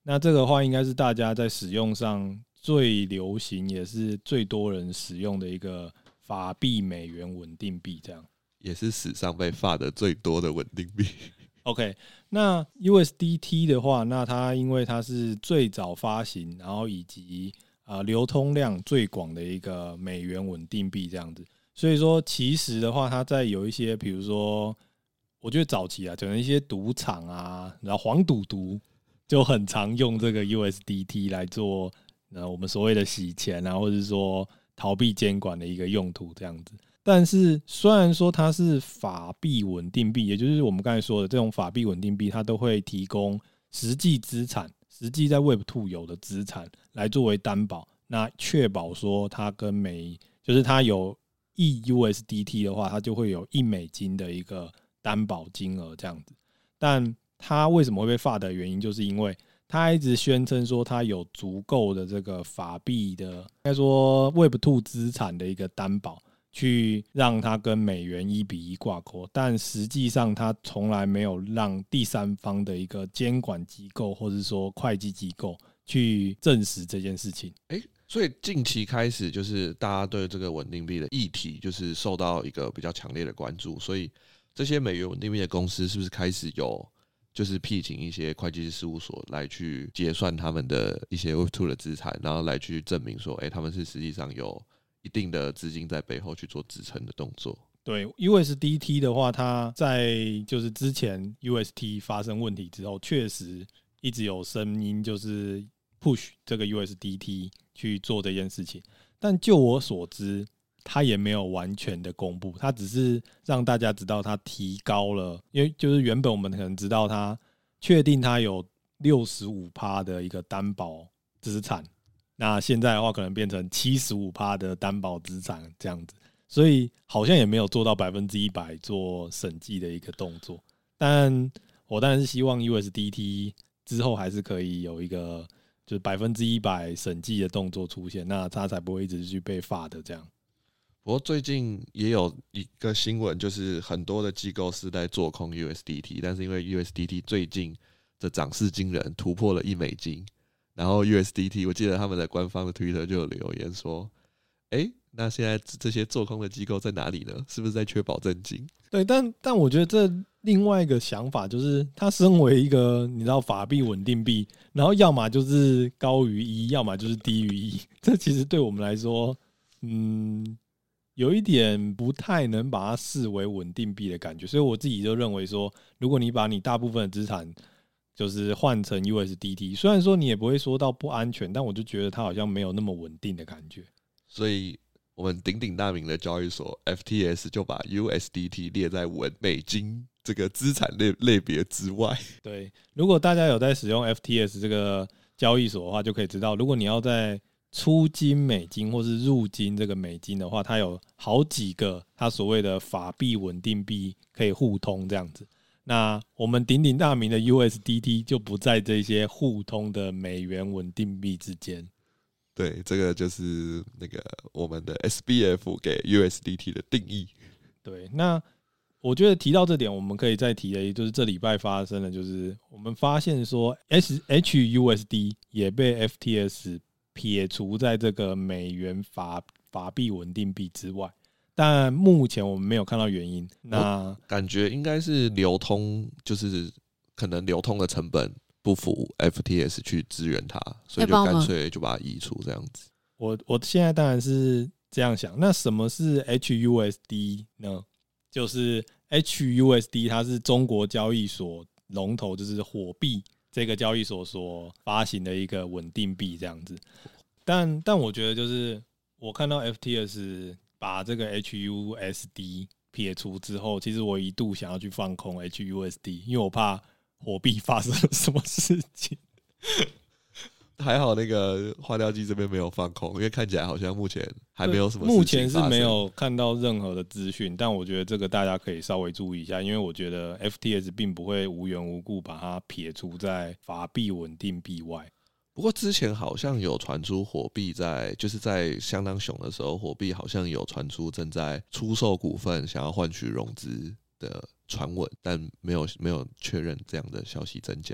那这个的话应该是大家在使用上最流行也是最多人使用的一个法币美元稳定币，这样也是史上被发的最多的稳定币。 OK， 那 U S D T 的话，那它因为它是最早发行，然后以及、呃、流通量最广的一个美元稳定币这样子，所以说其实的话，它在有一些比如说，我觉得早期啊，可能一些赌场啊，然后黄赌毒就很常用这个 U S D T 来做呃我们所谓的洗钱啊，或者是说逃避监管的一个用途这样子。但是虽然说它是法币稳定币，也就是我们刚才说的这种法币稳定币，它都会提供实际资产，实际在 Web 二 有的资产来作为担保，那确保说它跟美，就是它有一 U S D T 的话，它就会有一美金的一个担保金额这样子。但它为什么会被罚的原因，就是因为它一直宣称说它有足够的这个法币的，应该说 Web 二 资产的一个担保，去让它跟美元一比一挂钩，但实际上它从来没有让第三方的一个监管机构或者说会计机构去证实这件事情。 欸，所以近期开始就是大家对这个稳定币的议题就是受到一个比较强烈的关注，所以这些美元稳定币的公司是不是开始有就是聘请一些会计师事务所来去结算他们的一些 Web 二 的资产，然后来去证明说，欸，他们是实际上有一定的资金在背后去做支撑的动作。 对 U S D T 的话，它在就是之前 U S T 发生问题之后，确实一直有声音就是 push 这个 U S D T 去做这件事情，但就我所知，它也没有完全的公布，它只是让大家知道它提高了，因为就是原本我们可能知道它确定它有 百分之六十五 的一个担保资产，那现在的话可能变成 百分之七十五 的担保资产这样子，所以好像也没有做到百分之一百做审计的一个动作。但我当然是希望 U S D T 之后还是可以有一个就是百分之一百审计的动作出现，那它才不会一直去被罚的这样。 不过最近也有一个新闻，就是很多的机构是在做空 U S D T， 但是因为 U S D T 最近的涨势惊人，突破了一美金。然后 U S D T， 我记得他们的官方的 Twitter 就有留言说：“哎、欸，那现在这些做空的机构在哪里呢？是不是在缺保证金？” 对，但但我觉得这另外一个想法就是，它身为一个你知道法币稳定币，然后要么就是高于一，要么就是低于一，这其实对我们来说，嗯，有一点不太能把它视为稳定币的感觉。所以我自己就认为说，如果你把你大部分的资产就是换成 U S D T， 虽然说你也不会说到不安全，但我就觉得它好像没有那么稳定的感觉。 所以我们鼎鼎大名的交易所 F T S 就把 U S D T 列在稳美金这个资产类类别之外。 对，如果大家有在使用 F T S 这个交易所的话，就可以知道，如果你要在出金美金或是入金这个美金的话，它有好几个它所谓的法币稳定币可以互通这样子。那我们鼎鼎大名的 U S D T 就不在这些互通的美元稳定币之间。 对，这个就是那个我们的 S B F 给 U S D T 的定义。 对，那我觉得提到这点，我们可以再提的，就是这礼拜发生的，就是我们发现说 H U S D 也被 F T S 撇除在这个美元法法币稳定币之外。但目前我们没有看到原因，那感觉应该是流通，就是可能流通的成本不符 F T S 去支援它，所以就干脆就把它移除这样子。 我我现在当然是这样想，那什么是 H U S D 呢？就是 H U S D 它是中国交易所龙头，就是火币这个交易所所发行的一个稳定币这样子。但但我觉得就是我看到 F T S 把这个 H U S D 撇除之后，其实我一度想要去放空 H U S D， 因为我怕火币发生了什么事情。 还好那个化掉机这边没有放空，因为看起来好像目前还没有什么事情目前是没有看到任何的资讯，但我觉得这个大家可以稍微注意一下，因为我觉得 F T S 并不会无缘无故把它撇除在法币稳定币外。 不过之前好像有传出火币在就是在相当熊的时候，火币好像有传出正在出售股份想要换取融资的传闻，但没有没有确认这样的消息真假。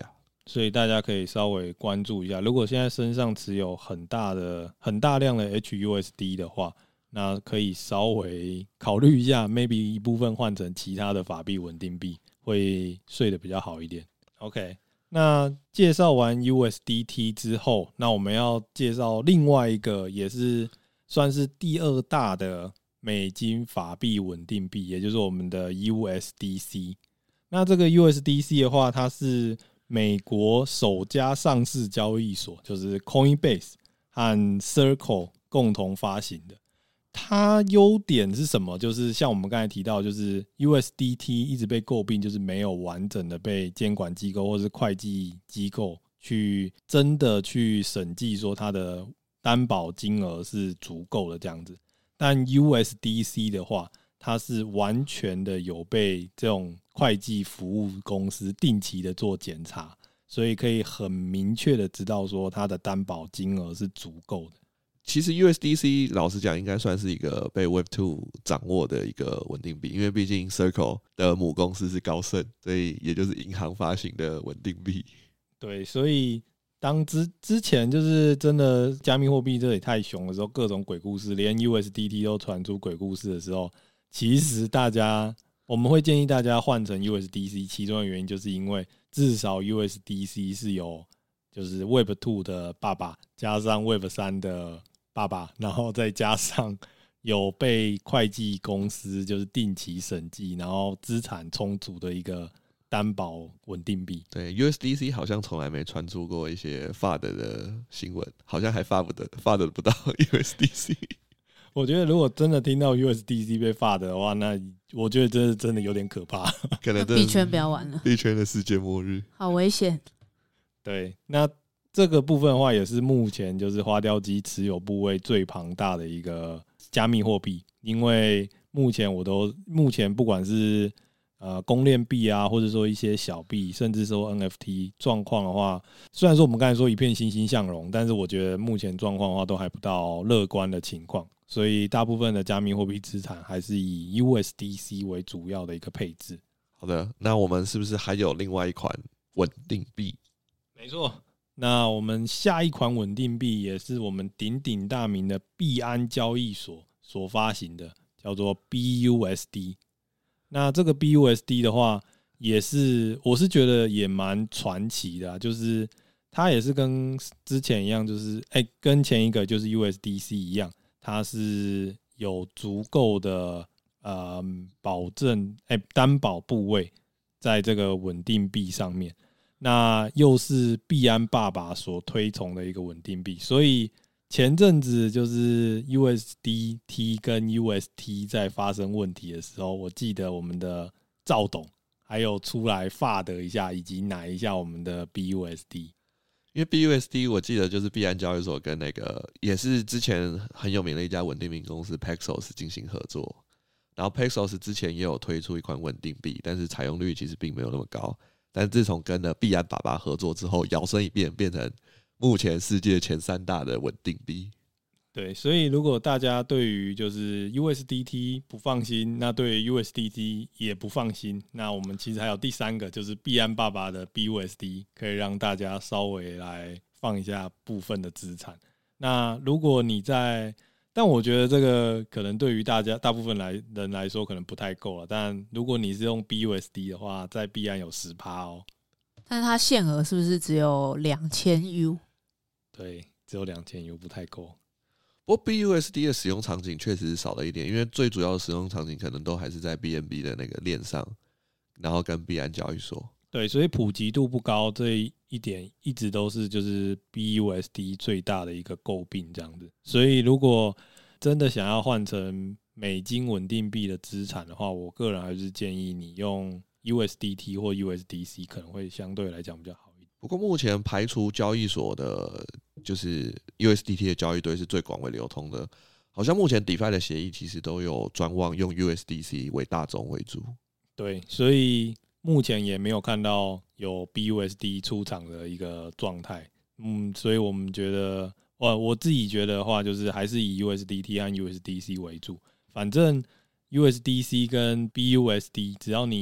所以大家可以稍微关注一下。如果现在身上持有很大的、很大量的 H U S D 的话，那可以稍微考虑一下 ，maybe 一部分换成其他的法币稳定币，会睡得比较好一点。OK， 那介绍完 U S D T 之后，那我们要介绍另外一个，也是算是第二大的美金法币稳定币，也就是我们的 U S D C。那这个 U S D C 的话，它是美国首家上市交易所，就是 Coinbase 和 Circle 共同发行的。它优点是什么？就是像我们刚才提到，就是 U S D T 一直被诟病，就是没有完整的被监管机构或是会计机构去真的去审计说它的担保金额是足够的这样子。但 U S D C 的话，它是完全的有被这种会计服务公司定期的做检查，所以可以很明确的知道说它的担保金额是足够的。 其实 U S D C 老实讲应该算是一个被 Web 二 掌握的一个稳定币，因为毕竟 Circle 的母公司是高盛，所以也就是银行发行的稳定币。 对，所以当之之前就是真的加密货币这里太熊的时候，各种鬼故事，连 U S D T 都传出鬼故事的时候，其实大家我们会建议大家换成 U S D C， 其中的原因就是因为至少 U S D C 是有就是 Web 二 的爸爸加上 Web 三 的爸爸，然后再加上有被会计公司就是定期审计，然后资产充足的一个担保稳定币。 对 ，U S D C 好像从来没传出过一些 F U D 的新闻，好像还发不得 F U D 不到 U S D C。 我觉得如果真的听到 U S D C 被 F U D 的话，那我觉得这是真的有点可怕。 可能币圈不要玩了， 币圈的世界末日， 好危险。 对，那这个部分的话，也是目前就是花雕鸡持有部位最庞大的一个加密货币，因为目前我都目前不管是呃公链币啊，或者说一些小币，甚至说 N F T 状况的话，虽然说我们刚才说一片欣欣向荣，但是我觉得目前状况的话都还不到乐观的情况，所以大部分的加密货币资产还是以 U S D C 为主要的一个配置。 好的，那我们是不是还有另外一款稳定币？ 没错。那我们下一款稳定币也是我们鼎鼎大名的币安交易所所发行的，叫做 B U S D。那这个 B U S D 的话，也是我是觉得也蛮传奇的、啊，就是它也是跟之前一样，就是哎、欸，跟前一个就是 U S D C 一样，它是有足够的呃保证哎担保部位在这个稳定币上面。那又是币安爸爸所推崇的一个稳定币，所以前阵子就是 U S D T 跟 U S T 在发生问题的时候，我记得我们的赵董还有出来发的一下，以及奶一下我们的 B U S D。 因为 B U S D 我记得就是币安交易所跟那个也是之前很有名的一家稳定币公司 Paxos 进行合作，然后 Paxos 之前也有推出一款稳定币，但是采用率其实并没有那么高。但自从跟了币安爸爸合作之后，摇身一变变成目前世界前三大的稳定币。 对，所以如果大家对于就是 U S D T 不放心，那对于 U S D T 也不放心，那我们其实还有第三个，就是币安爸爸的 B U S D， 可以让大家稍微来放一下部分的资产。那如果你在但我觉得这个可能对于大家大部分来人来说可能不太够了。但如果你是用 B U S D 的话，在币安有 百分之十 哦。 但是它限额是不是只有两千 U？ 对，只有两千 U 不太够。 不过 B U S D 的使用场景确实是少了一点，因为最主要的使用场景可能都还是在 B N B 的那个链上，然后跟币安交易所。 对，所以普及度不高，这一点一直都是就是 B U S D 最大的一个诟病这样子。所以如果真的想要换成美金稳定币的资产的话，我个人还是建议你用 U S D T 或 U S D C 可能会相对来讲比较好一点。 不过目前排除交易所的，就是 U S D T 的交易对是最广为流通的。好像目前 DeFi 的协议其实都有专望用 U S D C 为大宗为主。 对，所以目前也没有看到有 B U S D 出场的一个状态，嗯，所以我们觉得，我我自己觉得的话，就是还是以 U S D T 和 U S D C 为主。反正 U S D C 跟 B U S D， 只要你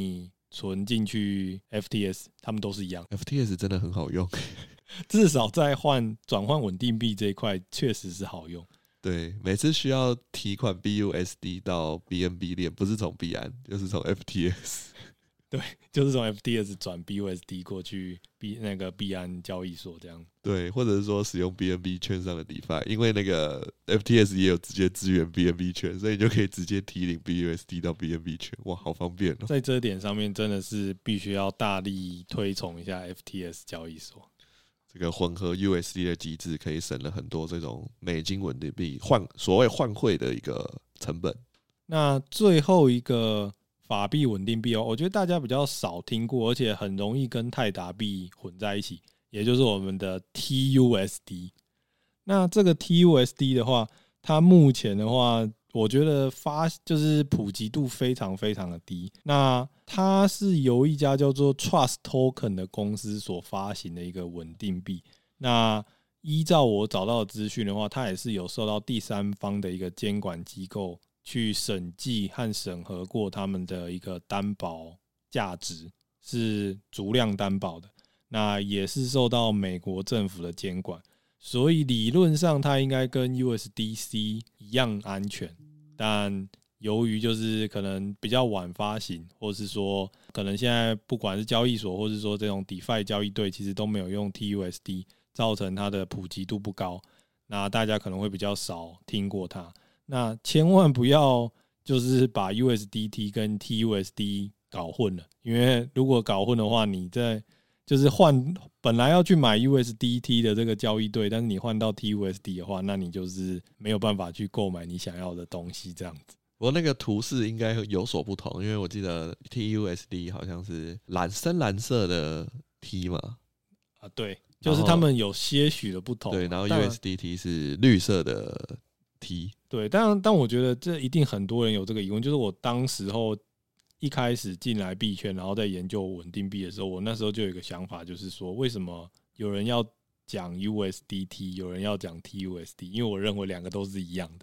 存进去 F T S， 他们都是一样。 F T S 真的很好用， 至少在换转换稳定币这一块确实是好用。 对，每次需要提款 B U S D 到 B N B 链，不是从币安，就是从 F T S。 对，就是从 F T S 转 B U S D 过去 B 那个币安交易所这样。 对，或者是说使用 B N B 圈上的 DeFi， 因为那个 F T S 也有直接支援 B N B 圈，所以你就可以直接提领 B U S D 到 B N B 圈，哇，好方便哦！ 在这点上面，真的是必须要大力推崇一下 F T S 交易所。 这个混合 U S D 的机制可以省了很多这种美金稳定币换所谓换汇的一个成本。 那最后一个法币稳定币哦，我觉得大家比较少听过，而且很容易跟泰达币混在一起，也就是我们的 T U S D。那这个 T U S D 的话，它目前的话，我觉得发就是普及度非常非常的低。那它是由一家叫做 Trust Token 的公司所发行的一个稳定币。那依照我找到的资讯的话，它也是有受到第三方的一个监管机构去审计和审核过他们的一个担保价值是足量担保的，那也是受到美国政府的监管，所以理论上它应该跟 U S D C 一样安全，但由于就是可能比较晚发行，或是说可能现在不管是交易所或是说这种 DeFi 交易对其实都没有用 T U S D， 造成它的普及度不高，那大家可能会比较少听过它。那千万不要就是把 U S D T 跟 T U S D 搞混了，因为如果搞混的话，你在就是换本来要去买 U S D T 的这个交易对，但是你换到 T U S D 的话，那你就是没有办法去购买你想要的东西这样子。 不过那个图示应该有所不同，因为我记得 T U S D 好像是蓝深蓝色的 T 嘛， 啊，对，就是他们有些许的不同。 对，然后 U S D T 是绿色的 T。 对，但但我觉得这一定很多人有这个疑问，就是我当时候一开始进来币圈，然后在研究稳定币的时候，我那时候就有一个想法，就是说为什么有人要讲 U S D T， 有人要讲 T U S D， 因为我认为两个都是一样的。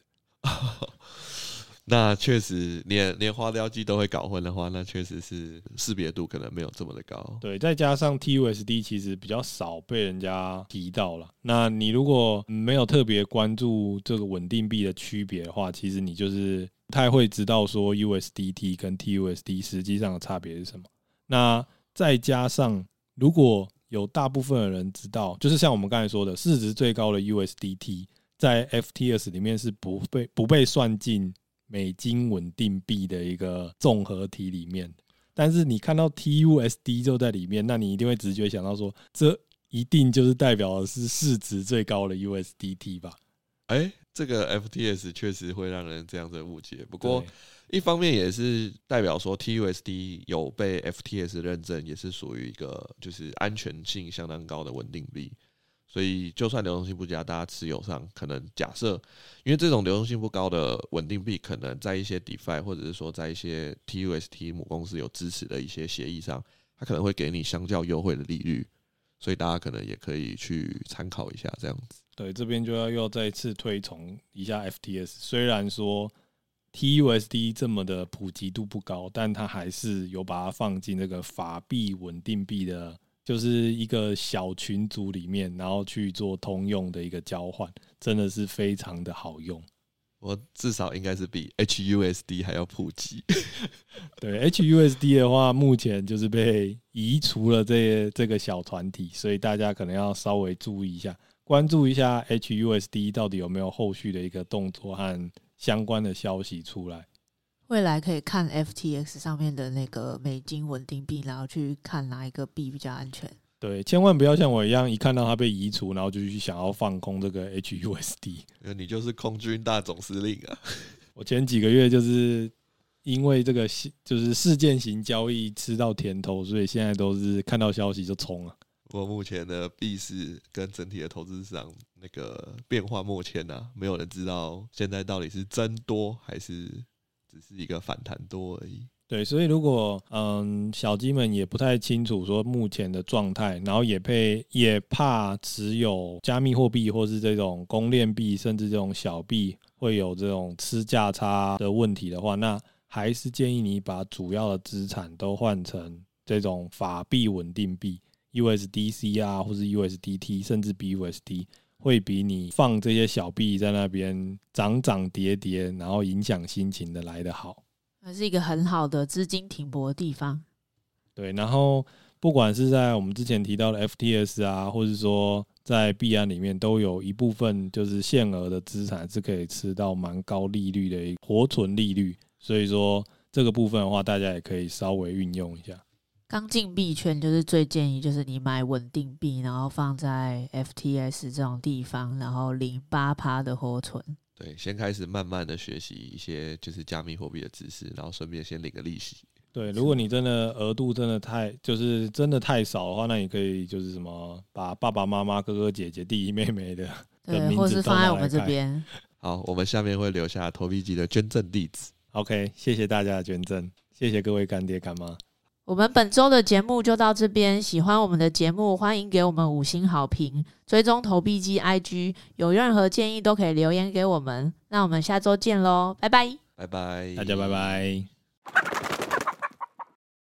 那确实连连花雕机都会搞混的话，那确实是识别度可能没有这么的高。 对，再加上 T U S D 其实比较少被人家提到了。那你如果没有特别关注这个稳定币的区别的话，其实你就是不太会知道说 U S D T 跟 T U S D 实际上的差别是什么。那再加上如果有大部分的人知道，就是像我们刚才说的，市值最高的 U S D T 在 F T S 里面是不被不被算进美金稳定币的一个综合体里面，但是你看到 T U S D 就在里面，那你一定会直觉想到说，这一定就是代表的是市值最高的 U S D T 吧？ 哎、欸，这个 F T S 确实会让人这样子误解。不过一方面也是代表说 T U S D 有被 F T S 认证，也是属于一个就是安全性相当高的稳定币。所以就算流动性不佳，大家持有上可能假设，因为这种流动性不高的稳定币，可能在一些 DeFi 或者是说在一些 T U S D 母公司有支持的一些协议上，它可能会给你相较优惠的利率，所以大家可能也可以去参考一下这样子。 对，这边就要又再次推崇一下 F T S， 虽然说 T U S D 这么的普及度不高，但它还是有把它放进这个法币稳定币的。就是一个小群组里面，然后去做通用的一个交换，真的是非常的好用。 我至少应该是比 H U S D 还要普及。 对 H U S D 的话，目前就是被移除了这这个小团体，所以大家可能要稍微注意一下，关注一下 H U S D 到底有没有后续的一个动作和相关的消息出来。 未来可以看 F T X 上面的那个美金稳定币，然后去看哪一个币比较安全。 对，千万不要像我一样，一看到它被移除，然后就去想要放空这个 H U S D。 你就是空军大总司令啊！ 我前几个月就是因为这个就是事件型交易吃到甜头，所以现在都是看到消息就冲了。 我目前的币市跟整体的投资市场那个变化莫测啊，没有人知道现在到底是增多还是只是一个反弹多而已。 对，所以如果嗯小鸡们也不太清楚说目前的状态，然后也被也怕持有加密货币或是这种公链币，甚至这种小币会有这种吃价差的问题的话，那还是建议你把主要的资产都换成这种法币稳定币 U S D C 啊，或是 U S D T 甚至 B U S D， 会比你放这些小币在那边涨涨跌跌然后影响心情的来得好。 它是一个很好的资金停泊的地方。 对，然后不管是在我们之前提到的 F T S 啊，或是说在币安里面，都有一部分就是限额的资产是可以吃到蛮高利率的一个活存利率，所以说这个部分的话，大家也可以稍微运用一下。 刚进币圈就是最建议就是你买稳定币，然后放在 F T S 这种地方，然后领 百分之八 的活存。 对，先开始慢慢的学习一些就是加密货币的知识，然后顺便先领个利息。 对，如果你真的额度真的太就是真的太少的话，那你可以就是什么把爸爸妈妈、哥哥姐姐、弟弟妹妹的对， 的名字或是放在我们这边。 好，我们下面会留下投币机的捐赠地址。 OK， 谢谢大家的捐赠，谢谢各位干爹干妈。 我们本周的节目就到这边，喜欢我们的节目，欢迎给我们五星好评，追踪投币机 I G， 有任何建议都可以留言给我们。那我们下周见咯，拜拜， 拜拜， 大家拜拜。